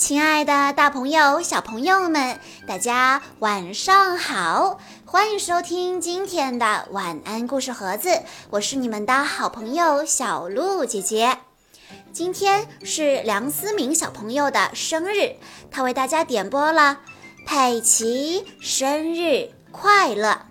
亲爱的大朋友、小朋友们，大家晚上好！欢迎收听今天的晚安故事盒子，我是你们的好朋友小鹿姐姐。今天是梁思敏小朋友的生日，他为大家点播了佩奇生日快乐。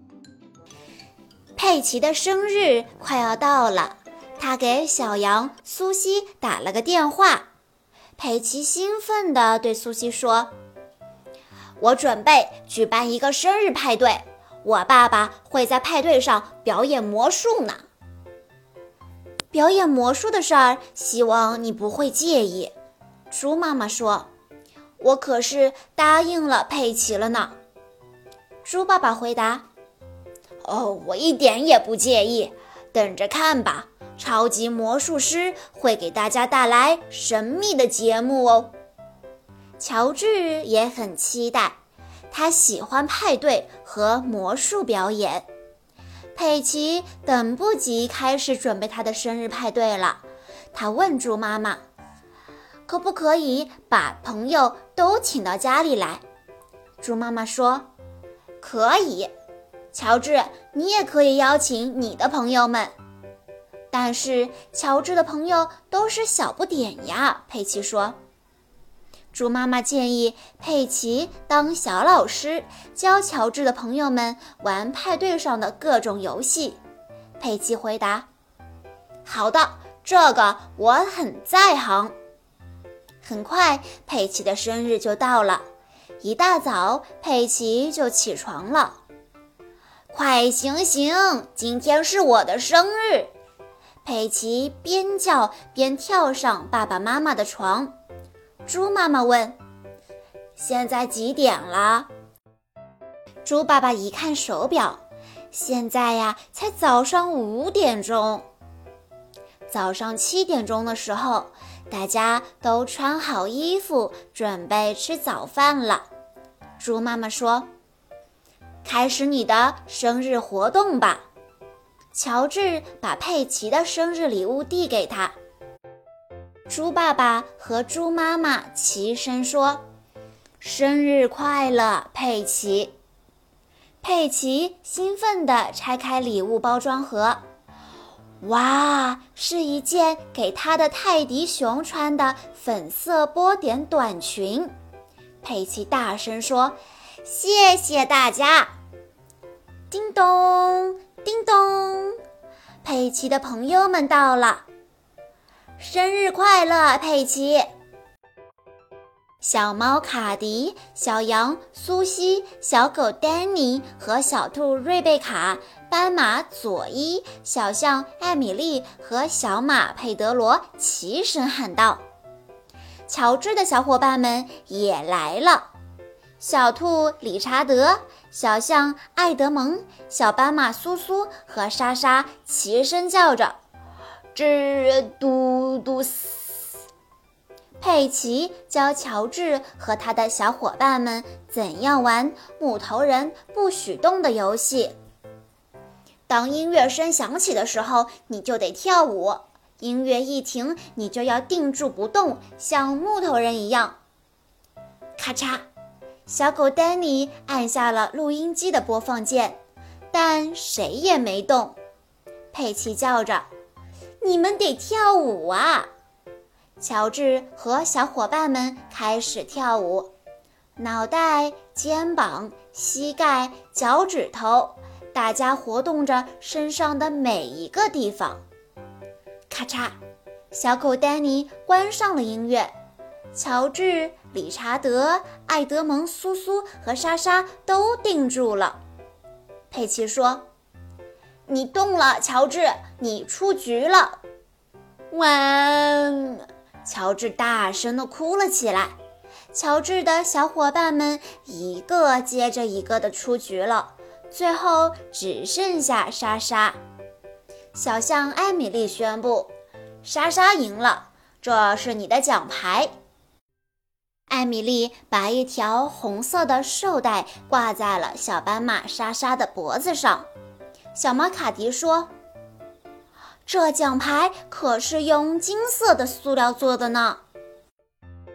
佩奇的生日快要到了，他给小羊苏西打了个电话。佩奇兴奋地对苏西说，我准备举办一个生日派对，我爸爸会在派对上表演魔术呢。表演魔术的事儿，希望你不会介意。猪妈妈说，我可是答应了佩奇了呢。猪爸爸回答，我一点也不介意，等着看吧。超级魔术师会给大家带来神秘的节目哦。乔治也很期待，他喜欢派对和魔术表演。佩奇等不及开始准备他的生日派对了，他问猪妈妈，可不可以把朋友都请到家里来？猪妈妈说，可以。乔治，你也可以邀请你的朋友们。但是乔治的朋友都是小不点呀，佩奇说。猪妈妈建议佩奇当小老师，教乔治的朋友们玩派对上的各种游戏。佩奇回答，好的，这个我很在行。很快佩奇的生日就到了，一大早佩奇就起床了。快醒醒，今天是我的生日！佩奇边叫边跳上爸爸妈妈的床。猪妈妈问，现在几点了？猪爸爸一看手表，现在呀才早上5点钟。早上7点钟的时候，大家都穿好衣服准备吃早饭了。猪妈妈说，开始你的生日活动吧。乔治把佩奇的生日礼物递给他。猪爸爸和猪妈妈齐声说，生日快乐，佩奇。佩奇兴奋地拆开礼物包装盒，哇，是一件给他的泰迪熊穿的粉色波点短裙。佩奇大声说，谢谢大家。叮咚叮咚，佩奇的朋友们到了。生日快乐，佩奇！小猫卡迪、小羊苏西、小狗丹尼和小兔瑞贝卡、斑马佐伊、小象艾米丽和小马佩德罗齐声喊道。乔治的小伙伴们也来了。小兔理查德、小象艾德蒙、小斑马苏苏和莎莎齐声叫着，吱嘟嘟嘶。佩奇教乔治和他的小伙伴们怎样玩木头人不许动的游戏。当音乐声响起的时候，你就得跳舞，音乐一停，你就要定住不动，像木头人一样。咔嚓，小狗丹尼按下了录音机的播放键，但谁也没动。佩奇叫着，你们得跳舞啊！乔治和小伙伴们开始跳舞，脑袋、肩膀、膝盖、脚趾头，大家活动着身上的每一个地方。咔嚓，小狗丹尼关上了音乐。乔治、理查德、艾德蒙、苏苏和莎莎都定住了。佩奇说，你动了，乔治，你出局了。哇！乔治大声地哭了起来。乔治的小伙伴们一个接着一个的出局了，最后只剩下莎莎。小象艾米丽宣布，莎莎赢了，这是你的奖牌。艾米丽把一条红色的绶带挂在了小斑马莎莎的脖子上。小猫卡迪说，这奖牌可是用金色的塑料做的呢。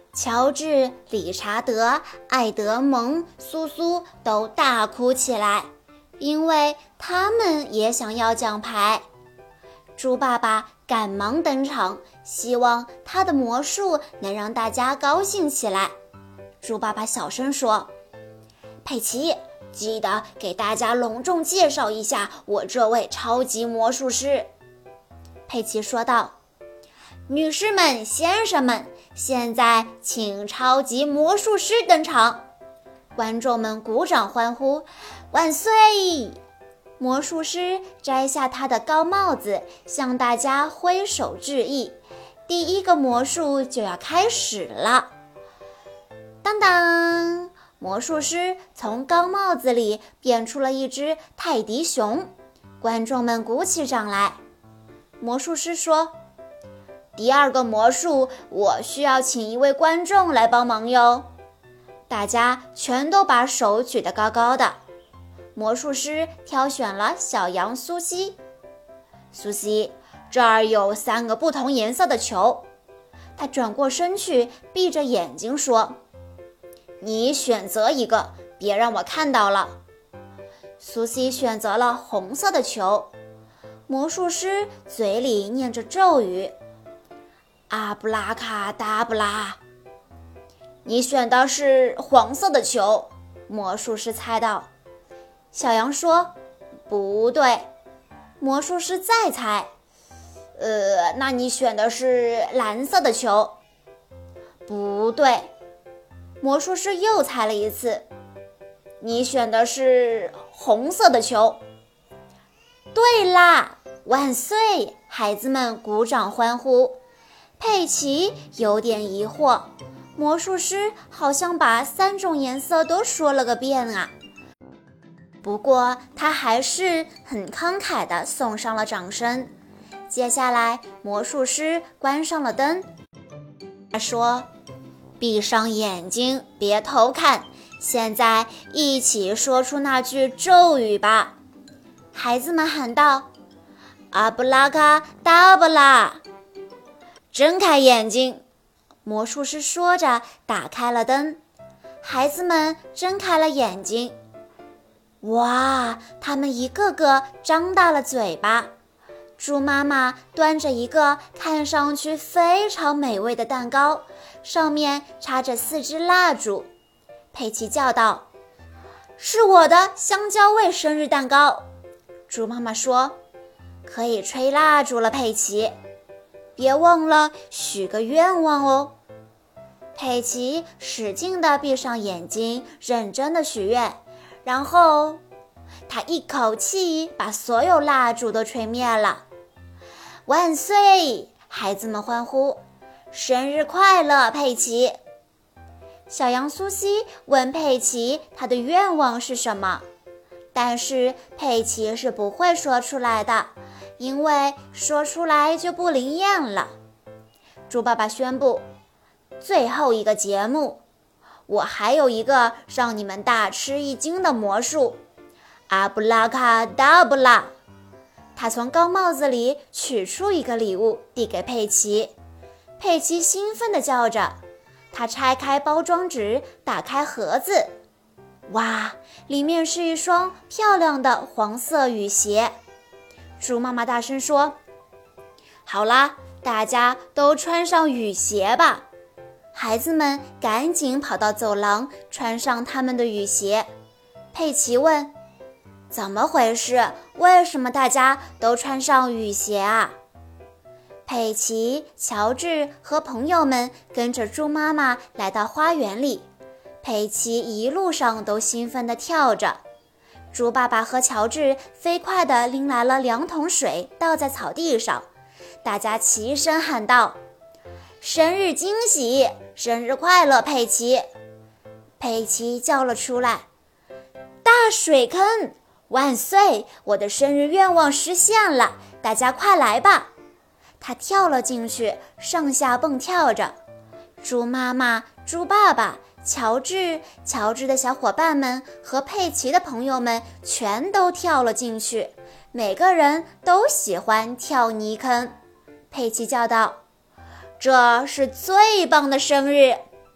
乔治、理查德、艾德蒙、苏苏都大哭起来，因为他们也想要奖牌。猪爸爸赶忙登场，希望他的魔术能让大家高兴起来。猪爸爸小声说：“佩奇，记得给大家隆重介绍一下我这位超级魔术师。”佩奇说道：“女士们、先生们，现在请超级魔术师登场！”观众们鼓掌欢呼：“万岁！”魔术师摘下他的高帽子，向大家挥手致意。第一个魔术就要开始了。当当！魔术师从高帽子里变出了一只泰迪熊，观众们鼓起掌来。魔术师说：“第二个魔术，我需要请一位观众来帮忙哟。”大家全都把手举得高高的。魔术师挑选了小羊苏西。苏西，这儿有3个不同颜色的球。他转过身去，闭着眼睛说：“你选择一个，别让我看到了。”苏西选择了红色的球。魔术师嘴里念着咒语：“阿布拉卡达布拉。”你选的是黄色的球，魔术师猜到。小羊说：“不对。”魔术师再猜：“那你选的是蓝色的球。”不对。魔术师又猜了一次：“你选的是红色的球。”对啦！万岁！孩子们鼓掌欢呼。佩奇有点疑惑，魔术师好像把3种颜色都说了个遍啊。不过他还是很慷慨地送上了掌声。接下来，魔术师关上了灯。他说：“闭上眼睛，别偷看，现在一起说出那句咒语吧。”孩子们喊道：“阿布拉卡达布拉！”睁开眼睛，魔术师说着打开了灯。孩子们睁开了眼睛。哇，他们一个个张大了嘴巴。猪妈妈端着一个看上去非常美味的蛋糕，上面插着4支蜡烛。佩奇叫道：“是我的香蕉味生日蛋糕。”猪妈妈说：“可以吹蜡烛了，佩奇，别忘了许个愿望哦。”佩奇使劲地闭上眼睛，认真地许愿。然后他一口气把所有蜡烛都吹灭了。万岁！孩子们欢呼：“生日快乐，佩奇！”小羊苏西问佩奇他的愿望是什么，但是佩奇是不会说出来的，因为说出来就不灵验了。猪爸爸宣布：“最后一个节目，我还有一个让你们大吃一惊的魔术，阿布拉卡达布拉！”他从高帽子里取出一个礼物，递给佩奇。佩奇兴奋地叫着。他拆开包装纸，打开盒子。哇，里面是一双漂亮的黄色雨鞋。猪妈妈大声说：“好啦，大家都穿上雨鞋吧！”孩子们赶紧跑到走廊，穿上他们的雨鞋。佩奇问：“怎么回事？为什么大家都穿上雨鞋啊？”佩奇、乔治和朋友们跟着猪妈妈来到花园里。佩奇一路上都兴奋地跳着。猪爸爸和乔治飞快地拎来了2桶水，倒在草地上。大家齐声喊道：“生日惊喜！生日快乐，佩奇！”佩奇叫了出来：“大水坑！万岁！我的生日愿望实现了，大家快来吧！”他跳了进去，上下蹦跳着。猪妈妈、猪爸爸、乔治的小伙伴们和佩奇的朋友们全都跳了进去。每个人都喜欢跳泥坑。佩奇叫道：“这是最棒的生日！”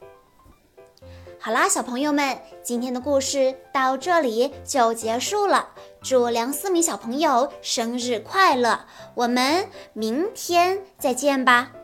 好啦，小朋友们，今天的故事到这里就结束了。祝梁思敏小朋友生日快乐！我们明天再见吧。